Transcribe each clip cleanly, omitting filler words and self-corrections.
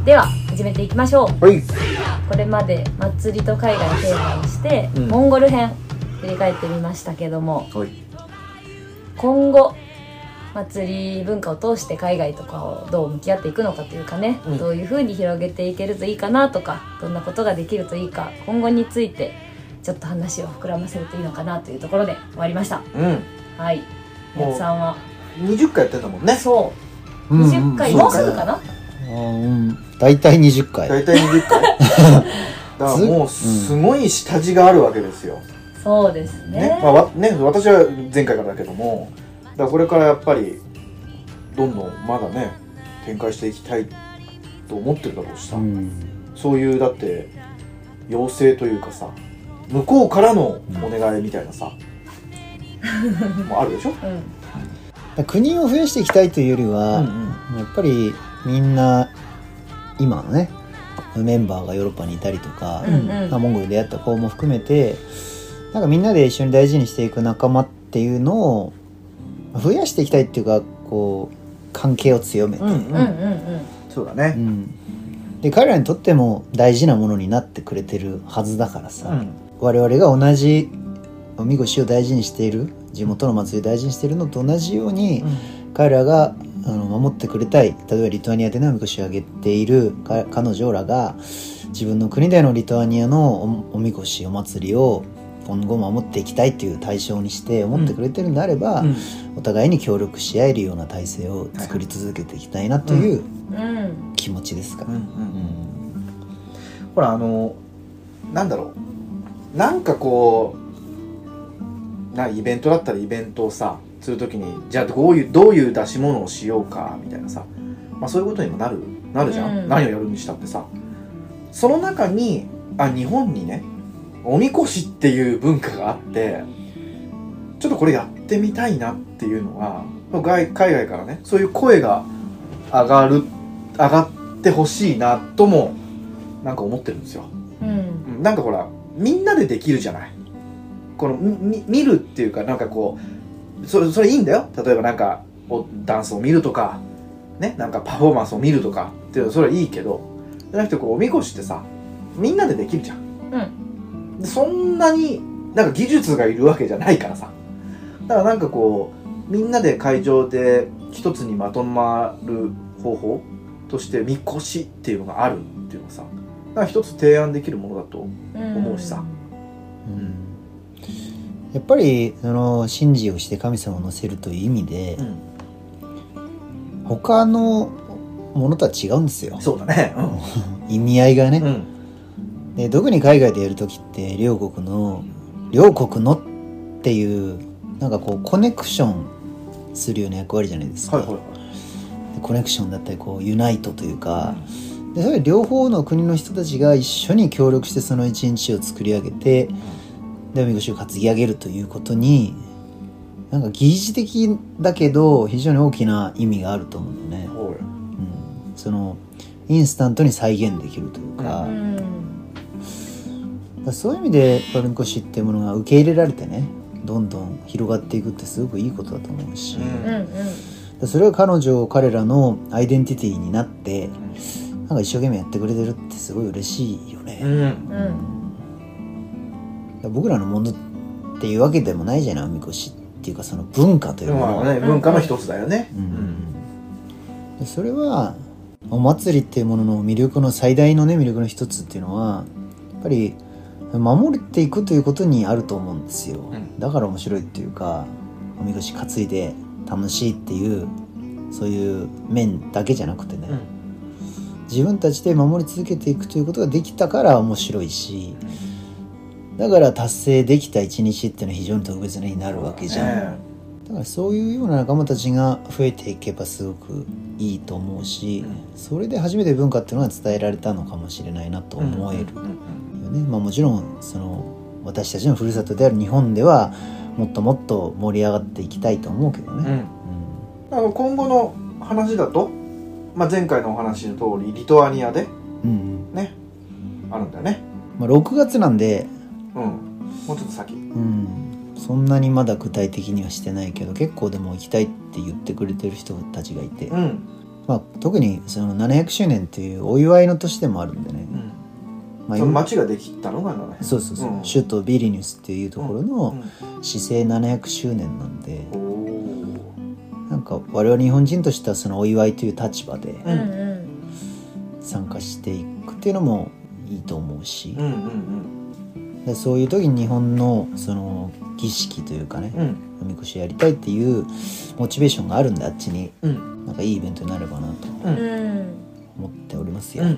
では始めていきましょう。 はい。 これまで祭りと海外をテーマにして、モンゴル編振り返ってみましたけども、 はい。 今後祭り文化を通して海外とかをどう向き合っていくのかというかね、どういう風に広げていけるといいかなとか、どんなことができるといいか、今後についてちょっと話を膨らませるといいのかなというところで終わりました。はい。宮津さんは 20回やってたもんね。 そう20回、もうすぐかな。 大体20回。 大体20回だからもうすごい下地があるわけですよ。 そうですね。 私は前回からだけども、だからこれからやっぱりどんどんまだね展開していきたいと思ってるだろうしさ、そういうだって要請というかさ、向こうからのお願いみたいなさ、もあるでしょ。 国を増やしていきたいというよりは、やっぱりみんな今のねメンバーがヨーロッパにいたりとか、モンゴルで出会った子も含めて、なんかみんなで一緒に大事にしていく仲間っていうのを増やしていきたいっていうか、こう関係を強めて、 そうだね、 で彼らにとっても大事なものになってくれてるはずだからさ、我々が同じおみこしを大事にしている、地元の祭りを大事にしているのと同じように、彼らが守ってくれたい、例えばリトアニアでのおみこしをあげている彼女らが自分の国でのリトアニアのおみこしお祭りを今後守っていきたいという対象にして思ってくれてるんであれば、お互いに協力し合えるような体制を作り続けていきたいなという気持ちですから。 ほらなんだろう、なんかこうイベントだったらイベントをさするときに、じゃあどういう出し物をしようかみたいなさ、そういうことにもなるじゃん、何をやるにしたってさ。その中に日本にねおみこしっていう文化があって、ちょっとこれやってみたいなっていうのは海外からねそういう声が上がってほしいなともなんか思ってるんですよ。なんかほらみんなでできるじゃない、この見るっていうか、なんかこうそれいいんだよ。例えばなんかダンスを見るとかね、なんかパフォーマンスを見るとかっていうのそれはいいけど、じゃなくてこうおみこしってさみんなでできるじゃん。そんなになんか技術がいるわけじゃないからさ、だからなんかこうみんなで会場で一つにまとまる方法としてみこしっていうのがあるっていうのはさ、だから一つ提案できるものだと思うしさ、 やっぱり神事をして神様を乗せるという意味で、他のものとは違うんですよ。 そうだね、 意味合いがね、で特に海外でやるときって両国のっていうなんかこうコネクションするような役割じゃないですか。コネクションだったりこうユナイトというか、でそれ両方の国の人たちが一緒に協力してその一日を作り上げて、でおみこしを担ぎ上げるということに、なんか疑似的だけど非常に大きな意味があると思うんだよね。そのインスタントに再現できるというか、そういう意味でおみこしっていうものが受け入れられてね、どんどん広がっていくってすごくいいことだと思うし、それが彼らのアイデンティティになって、なんか一生懸命やってくれてるってすごい嬉しいよね。僕らのものっていうわけでもないじゃない、おみこしっていうかその文化というものは、 文化の一つだよね。 それはお祭りっていうものの魅力の最大のね魅力の一つっていうのはやっぱり守っていくということにあると思うんですよ。だから面白いっていうか、おみこし担いで楽しいっていうそういう面だけじゃなくてね、自分たちで守り続けていくということができたから面白いし、だから達成できた一日っていうのは非常に特別になるわけじゃん。だからそういうような仲間たちが増えていけばすごくいいと思うし、それで初めて文化っていうのが伝えられたのかもしれないなと思えるよね。もちろんその私たちのふるさとである日本ではもっともっと盛り上がっていきたいと思うけどね。 今後の話だと、前回のお話の通りリトアニアで、ねあるんだよね。 6月なんで、 もうちょっと先。 そんなにまだ具体的にはしてないけど、結構でも行きたいって言ってくれてる人たちがいて、 まあ、特にその700周年っていうお祝いの年でもあるんでね、まあ、 その町ができたのが700、 そうそうそう、首都ビリニュスっていうところの市政700周年なんで、なんか我々日本人としてはそのお祝いという立場で参加していくっていうのもいいと思うし、でそういう時に日本のその儀式というかね、おみこしやりたいっていうモチベーションがあるんで、あっちに、なんかいいイベントになればなと思っておりますよ。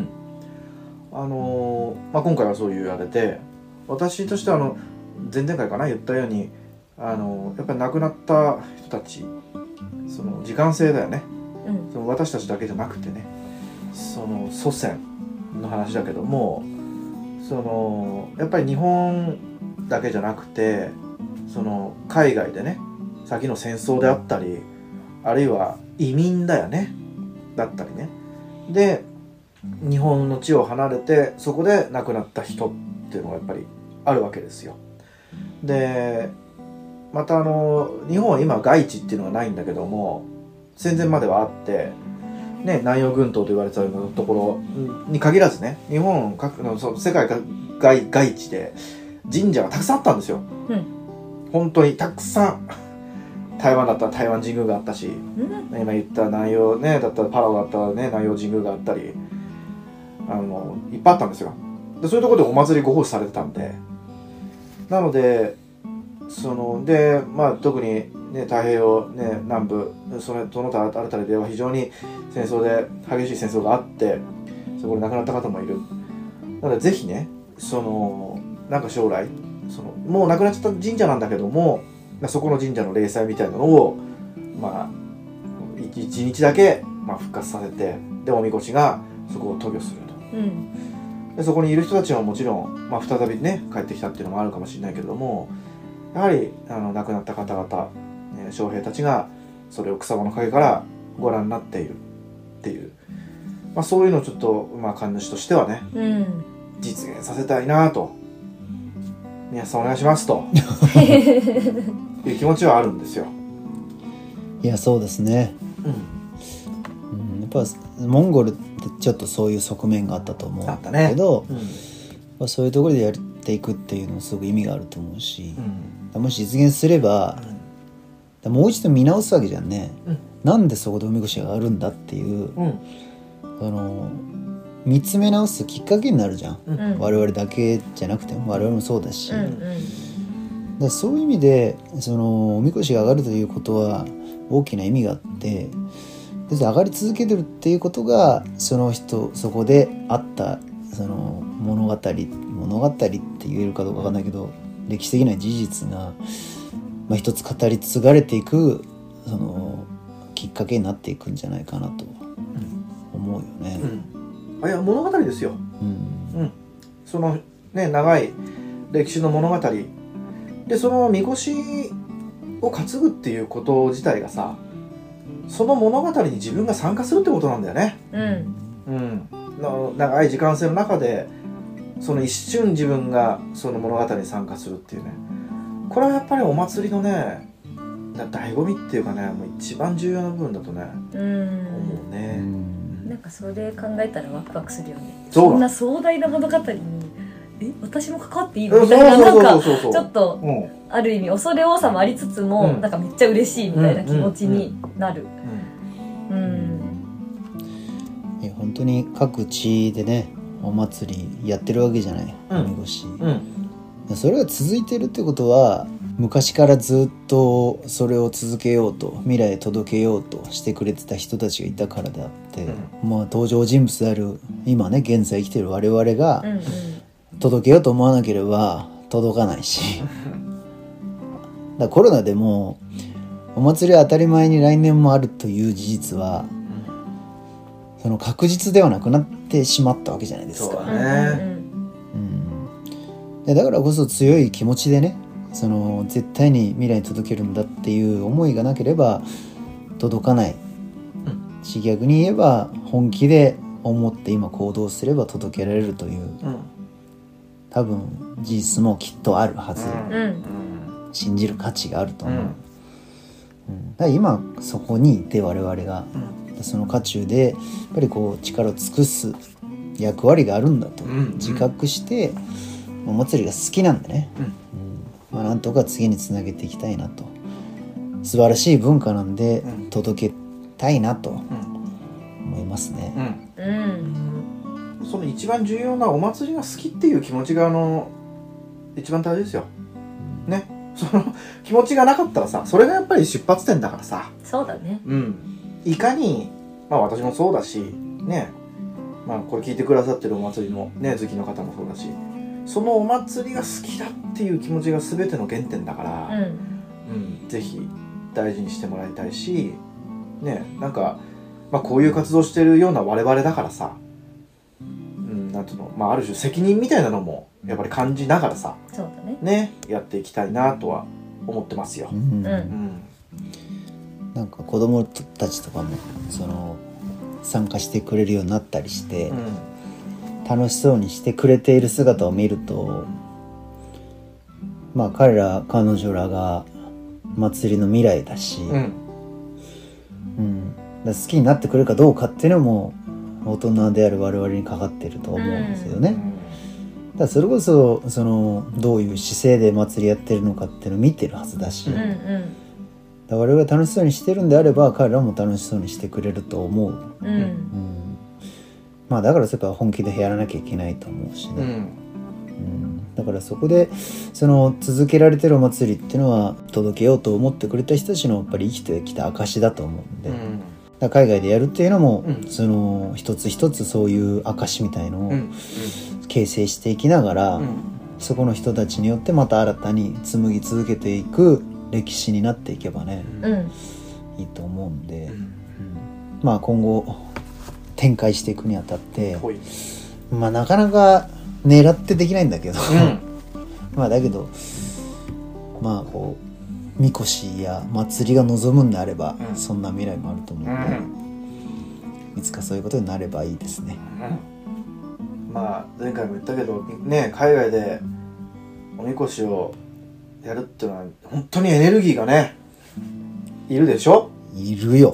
まあ、今回はそういうあれで、私としては前々回かな言ったようにやっぱり亡くなった人たち、その時間性だよね、その私たちだけじゃなくてね、その祖先の話だけども、そのやっぱり日本だけじゃなくて、その海外でね、先の戦争であったり、あるいは移民だよねだったりね、で日本の地を離れてそこで亡くなった人っていうのがやっぱりあるわけですよ。でまた日本は今外地っていうのがないんだけども、戦前まではあってね、南洋群島と言われてたようなところに限らずね、日本各の世界外地で神社がたくさんあったんですよ、本当にたくさん。台湾だったら台湾神宮があったし、今言った南洋ねだったらパラオだったらね南洋神宮があったり、いっぱいあったんですよ。でそういうところでお祭りご奉仕されてたんで、なのでまあ特にね太平洋ね南部その他あたりでは非常に戦争で激しい戦争があって、そこで亡くなった方もいる。なのでぜひね、なんか将来もう亡くなっちゃった神社なんだけども、そこの神社の例祭みたいなのをまあ一日だけ復活させて、でおみこしがそこを渡御すると、でそこにいる人たちはもちろん、再びね帰ってきたっていうのもあるかもしれないけれども、やはり亡くなった方々、将兵たちがそれを草葉の陰からご覧になっているっていう、そういうのをちょっと神主としてはね、実現させたいなと、皆さんお願いしますという気持ちはあるんですよ。 いやそうですね、やっぱモンゴルってちょっとそういう側面があったと思うんだけど、そういうところでやっていくっていうのもすごく意味があると思うし、もし実現すれば、もう一度見直すわけじゃんね、なんでそこでおみこしが上がるんだっていう、見つめ直すきっかけになるじゃん、我々だけじゃなくても我々もそうだし、だそういう意味でおみこしが上がるということは大きな意味があって、で上がり続けてるっていうことがそこであった物語って言えるかどうかわかんないけど、歴史的な事実が、一つ語り継がれていくきっかけになっていくんじゃないかなと思うよね。 いや物語ですよ、長い歴史の物語で、そのみこしを担ぐっていうこと自体がさ、その物語に自分が参加するってことなんだよね。長い時間性の中でその一瞬自分がその物語に参加するっていうね、これはやっぱりお祭りのね醍醐味っていうかね、もう一番重要な部分だとね、思うね。 なんかそれ考えたらワクワクするよね。そんな壮大な物語に私も関わっていいのみたいな、なんかちょっとある意味恐れ多さもありつつも、なんかめっちゃ嬉しいみたいな気持ちになる。 本当に各地でねお祭りやってるわけじゃない、おみこし、それが続いてるってことは昔からずっとそれを続けようと未来へ届けようとしてくれてた人たちがいたからであって、登場人物である今ね現在生きてる我々が届けようと思わなければ届かないしだコロナでもお祭りは当たり前に来年もあるという事実は確実ではなくなってしまったわけじゃないですか。 そうだね。 だからこそ強い気持ちでね絶対に未来に届けるんだっていう思いがなければ届かないし、逆に言えば本気で思って今行動すれば届けられるという、多分事実もきっとあるはず、信じる価値があると思う、だから今そこにいて我々がその渦中でやっぱりこう力を尽くす役割があるんだと自覚して、お祭りが好きなんでね、なんとか次につなげていきたいなと、素晴らしい文化なんで届けたいなと思いますね。 その一番重要なお祭りが好きっていう気持ちが一番大事ですよね。その気持ちがなかったらさ、それがやっぱり出発点だからさ。 そうだね。 いかに私もそうだしね、これ聞いてくださってるお祭りのね好きの方もそうだし、そのお祭りが好きだっていう気持ちが全ての原点だから、ぜひ大事にしてもらいたいしね。なんかこういう活動してるような我々だからさ、なんていうの、ある種責任みたいなのもやっぱり感じながらさ、 そうだね、 やっていきたいなとは思ってますよ。 なんか子供たちとかもその参加してくれるようになったりして、楽しそうにしてくれている姿を見ると、彼ら彼女らが祭りの未来だし、だ好きになってくれるかどうかっていうのも大人である我々にかかってると思うんですよね。だからそれこそどういう姿勢で祭りやってるのかっていうのを見てるはずだし、我々が楽しそうにしてるんであれば彼らも楽しそうにしてくれると思う。だからそれは本気でやらなきゃいけないと思うしね。だからそこで続けられてるお祭りっていうのは届けようと思ってくれた人たちのやっぱり生きてきた証だと思うんで、だから海外でやるっていうのも、一つ一つそういう証みたいのを形成していきながら、そこの人たちによってまた新たに紡ぎ続けていく歴史になっていけばね、いいと思うんで、今後展開していくにあたって、なかなか狙ってできないんだけど、だけどこうみこしや祭りが望むんであれば、そんな未来もあると思うので、いつかそういうことになればいいですね。 前回も言ったけどね、海外でおみこしをやるっていうのは本当にエネルギーがねいるでしょ。 いるよ。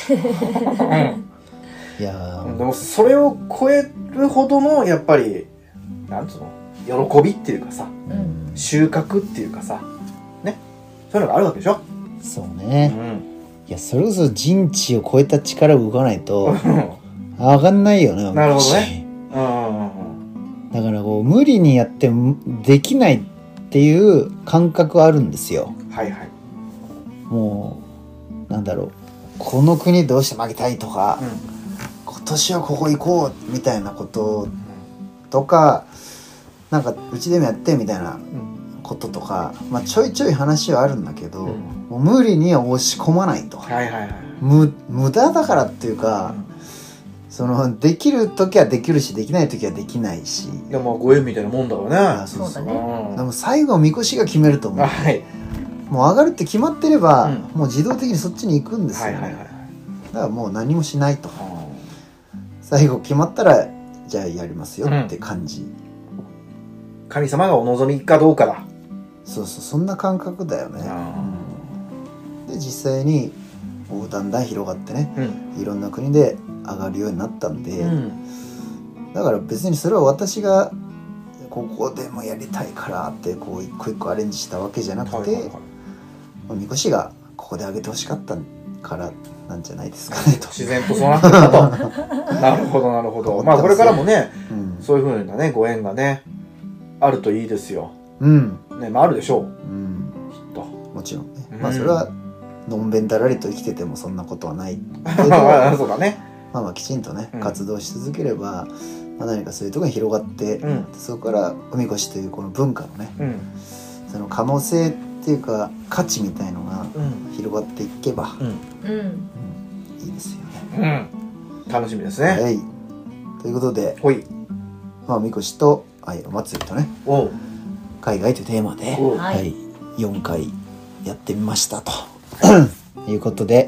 いやでもそれを超えるほどのやっぱりなんつうの喜びっていうかさ、収穫っていうかさね、そういうのがあるわけでしょ。 そうね、いやそれこそ人知を超えた力を動かないと上がんないよね。 なるほどね。 だからこう無理にやってできないっていう感覚はあるんですよ。もうなんだろう、この国どうして負けたいとか、今年はここ行こうみたいなこととか、なんかうちでもやってみたいなこととか、ちょいちょい話はあるんだけど、もう無理には押し込まないと、無駄だからっていうか、できる時はできるしできない時はできないし、 いやご縁みたいなもんだからね。 そうだね。 でも最後みこしが決めると思う。もう上がるって決まってれば、もう自動的にそっちに行くんですよね。だからもう何もしないと、最後決まったらじゃあやりますよって感じ、 神様がお望みかどうかだ。 そんな感覚だよね。で実際にだんだん広がってね、いろんな国で上がるようになったんで、だから別にそれは私がここでもやりたいからってこう一個一個アレンジしたわけじゃなくて、みこしがここで上げてほしかったからなんじゃないですかねと。 自然とそうなってたと。なるほどなるほど。これからもね、そういう風なねご縁がねあるといいですよ。あるでしょう。きっと。もちろんね。それはのんべんだらりと生きててもそんなことはないけど、 そうだね。 きちんとね活動し続ければ、何かそういうところに広がって、そこからおみこしというこの文化のね、その可能性っていうか価値みたいのが広がっていけば、いいですよね。 楽しみですね。 ということで、おみこしとお祭りとね、海外というテーマで、4回やってみましたということで、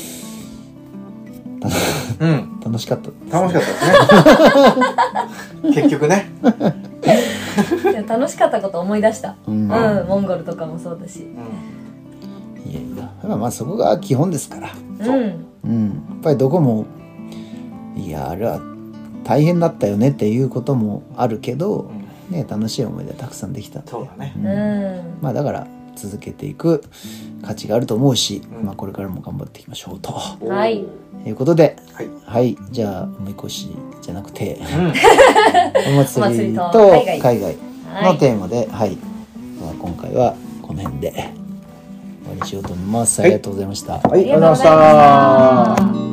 楽しかったですね。結局ね。 楽しかったこと思い出した。モンゴルとかもそうだし。 いやそこが基本ですから。 やっぱりどこもいやあれは大変だったよねっていうこともあるけど、ね、楽しい思い出たくさんできたんで、 そうだね、 まあだから続けていく価値があると思うし、まあ、これからも頑張っていきましょうと、 はいいうことで、 はい、 はい、じゃあおみこしじゃなくて、おお祭りと祭りと海外のテーマで、はい、まあ、今回はこの辺で終わりにしようと思います。ありがとうございました。 はい、ありがとうございました。